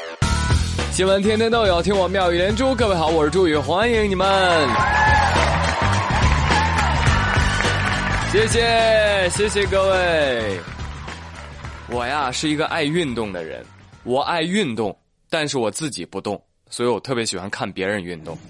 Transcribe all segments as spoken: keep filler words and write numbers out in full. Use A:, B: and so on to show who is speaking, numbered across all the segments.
A: 新闻天天都有，听我妙语连珠。各位好，我是朱宇，欢迎你们。谢谢谢谢各位。我呀是一个爱运动的人，我爱运动，但是我自己不动，所以我特别喜欢看别人运动。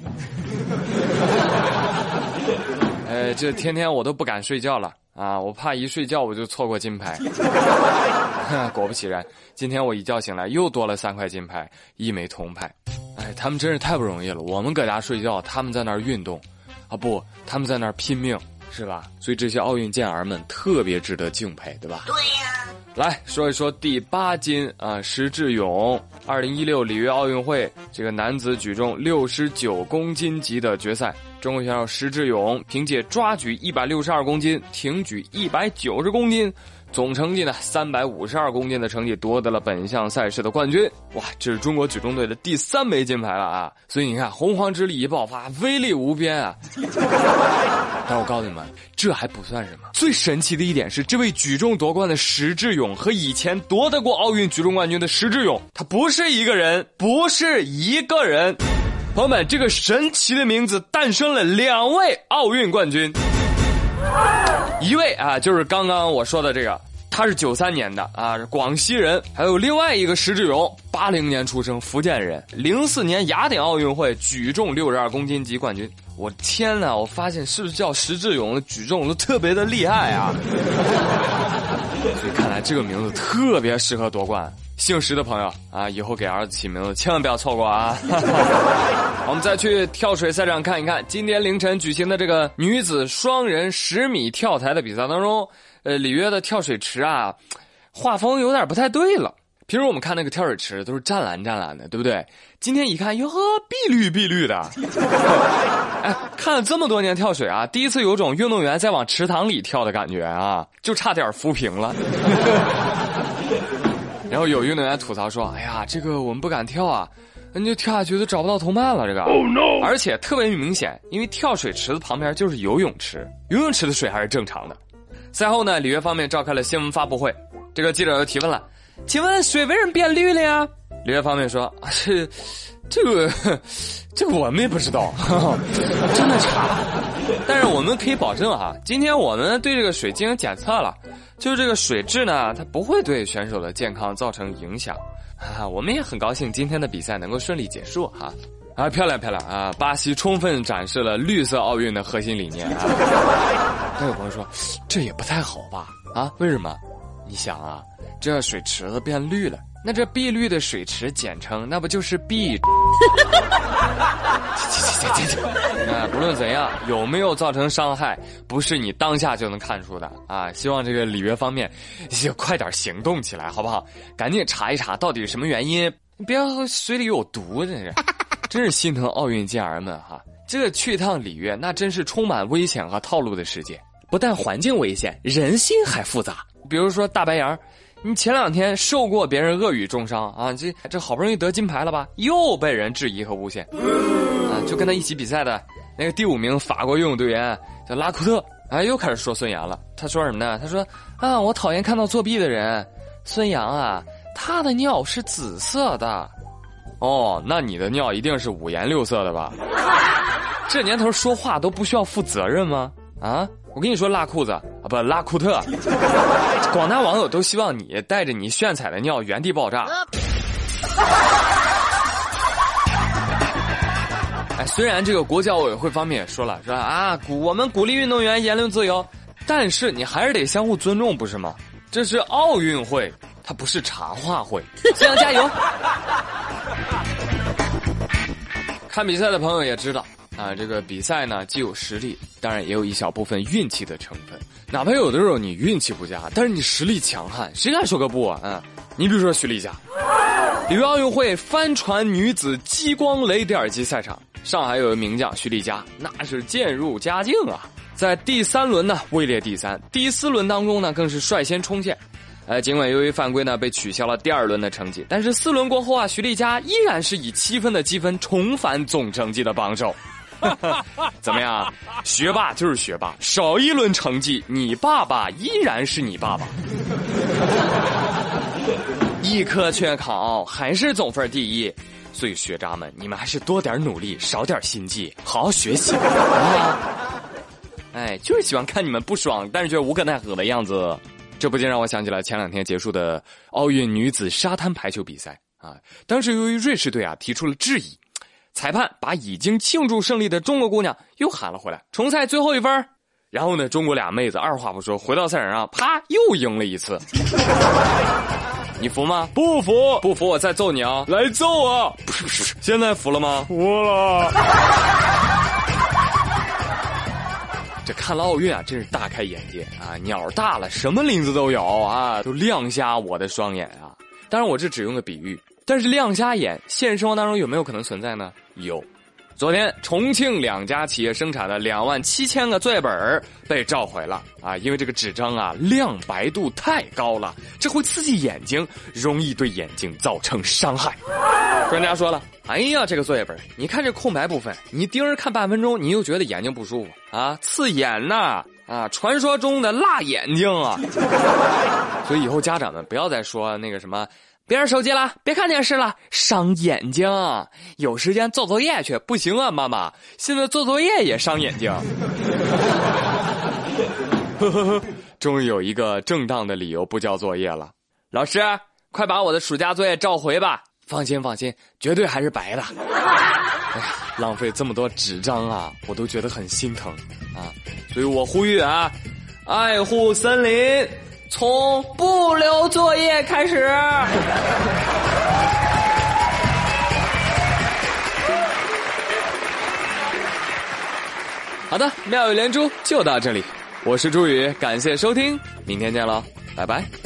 A: 呃，这天天我都不敢睡觉了啊！我怕一睡觉我就错过金牌。果不其然，今天我一觉醒来又多了三块金牌，一枚铜牌。哎，他们真是太不容易了。我们搁家睡觉，他们在那儿运动，啊不，他们在那儿拼命，是吧？所以这些奥运健儿们特别值得敬佩，对吧？对呀。来说一说第八金啊，石智勇，二零一六里约奥运会这个男子举重六十九公斤级的决赛，中国选手石智勇凭借抓举一百六十二公斤、挺举一百九十公斤，总成绩呢三百五十二公斤的成绩夺得了本项赛事的冠军。哇，这是中国举重队的第三枚金牌了啊！所以你看，洪荒之力一爆发，威力无边啊！但我告诉你们，这还不算什么，最神奇的一点是，这位举重夺冠的石智勇和以前夺得过奥运举重冠军的石智勇，他不是一个人，不是一个人。朋友们，这个神奇的名字诞生了两位奥运冠军。一位啊，就是刚刚我说的这个，他是九三年的啊，广西人。还有另外一个石智勇，八零年出生，福建人，零四年雅典奥运会举重六十二公斤级冠军。我天哪，我发现是不是叫石智勇的举重都特别的厉害啊？所以看来这个名字特别适合夺冠。姓石的朋友啊，以后给儿子起名字千万不要错过啊！我们再去跳水赛场看一看，今天凌晨举行的这个女子双人十米跳台的比赛当中，呃，里约的跳水池啊，画风有点不太对了。平时我们看那个跳水池都是湛蓝湛蓝的，对不对？今天一看，哟呵，碧绿碧绿的。哎，看了这么多年跳水啊，第一次有种运动员在往池塘里跳的感觉啊，就差点浮萍了。然后有运动员吐槽说：“哎呀，这个我们不敢跳啊，那就跳下去都找不到同伴了。这个， oh, no. 而且特别明显，因为跳水池的旁边就是游泳池，游泳池的水还是正常的。”赛后呢，里约方面召开了新闻发布会，这个记者又提问了：“请问水为什么变绿了呀？”里约方面说：“啊，这这个这个我们也不知道，真的查。但是我们可以保证哈，今天我们对这个水进行检测了。”就是这个水质呢，它不会对选手的健康造成影响，啊，我们也很高兴今天的比赛能够顺利结束哈，啊，漂亮漂亮啊！巴西充分展示了绿色奥运的核心理念啊。但有朋友说，这也不太好吧？啊，为什么？你想啊，这水池子变绿了，那这碧绿的水池简称那不就是碧？那不论怎样，有没有造成伤害，不是你当下就能看出的啊！希望这个里约方面就快点行动起来，好不好？赶紧查一查到底什么原因，别水里有毒，真是，真是心疼奥运健儿们哈！这个去一趟里约，那真是充满危险和套路的世界，不但环境危险，人心还复杂。比如说大白杨。你前两天受过别人恶语重伤啊，这这好不容易得金牌了吧，又被人质疑和诬陷啊！就跟他一起比赛的那个第五名法国游泳队员叫拉库特，啊，又开始说孙杨了。他说什么呢？他说啊，我讨厌看到作弊的人。孙杨啊，他的尿是紫色的。哦，那你的尿一定是五颜六色的吧？这年头说话都不需要负责任吗？啊！我跟你说，拉裤子啊，不拉库特，广大网友都希望你带着你炫彩的尿原地爆炸。哎，虽然这个国际奥委会方面也说了，说啊，我们鼓励运动员言论自由，但是你还是得相互尊重，不是吗？这是奥运会，它不是茶话会。孙杨加油！看比赛的朋友也知道。啊，这个比赛呢，既有实力，当然也有一小部分运气的成分。哪怕有的时候你运气不佳，但是你实力强悍，谁敢说个不啊？啊，你比如说徐丽佳，里约奥运会帆船女子激光雷迪尔级赛场，上海有个名将徐丽佳，那是渐入佳境啊，在第三轮呢位列第三，第四轮当中呢更是率先冲线。呃，尽管由于犯规呢被取消了第二轮的成绩，但是四轮过后啊，徐丽佳依然是以七分的积分重返总成绩的榜首。怎么样？学霸就是学霸，少一轮成绩，你爸爸依然是你爸爸。 一科全考还是总分第一，所以学渣们，你们还是多点努力，少点心计，好好学习啊！哎，就是喜欢看你们不爽，但是却无可奈何的样子。这不禁让我想起了前两天结束的奥运女子沙滩排球比赛啊！当时由于瑞士队啊提出了质疑，裁判把已经庆祝胜利的中国姑娘又喊了回来，重赛最后一分。然后呢，中国俩妹子二话不说回到赛场上，啪又赢了一次。你服吗？不服，不服我再揍你啊！来揍啊！不是不是，现在服了吗？服了。这看了奥运啊，真是大开眼界啊！鸟大了，什么林子都有啊，都亮瞎我的双眼啊！当然，我这只用个比喻，但是亮瞎眼，现实生活当中有没有可能存在呢？有。昨天，重庆两家企业生产的两万七千个作业本被召回了啊！因为这个纸张啊亮白度太高了，这会刺激眼睛，容易对眼睛造成伤害。专家说了，哎呀，这个作业本，你看这空白部分，你盯着看半分钟，你又觉得眼睛不舒服啊，刺眼呐！啊，传说中的辣眼睛啊！所以以后家长们不要再说那个什么。别玩手机了，别看电视了，伤眼睛。有时间做作业去，不行啊，妈妈，现在做作业也伤眼睛。终于有一个正当的理由不交作业了。老师，快把我的暑假作业召回吧。放心放心，绝对还是白的。哎呀，浪费这么多纸张啊，我都觉得很心疼啊。所以我呼吁啊，爱护森林。从不留作业开始。好的，妙语连珠就到这里，我是朱宇，感谢收听，明天见喽，拜拜。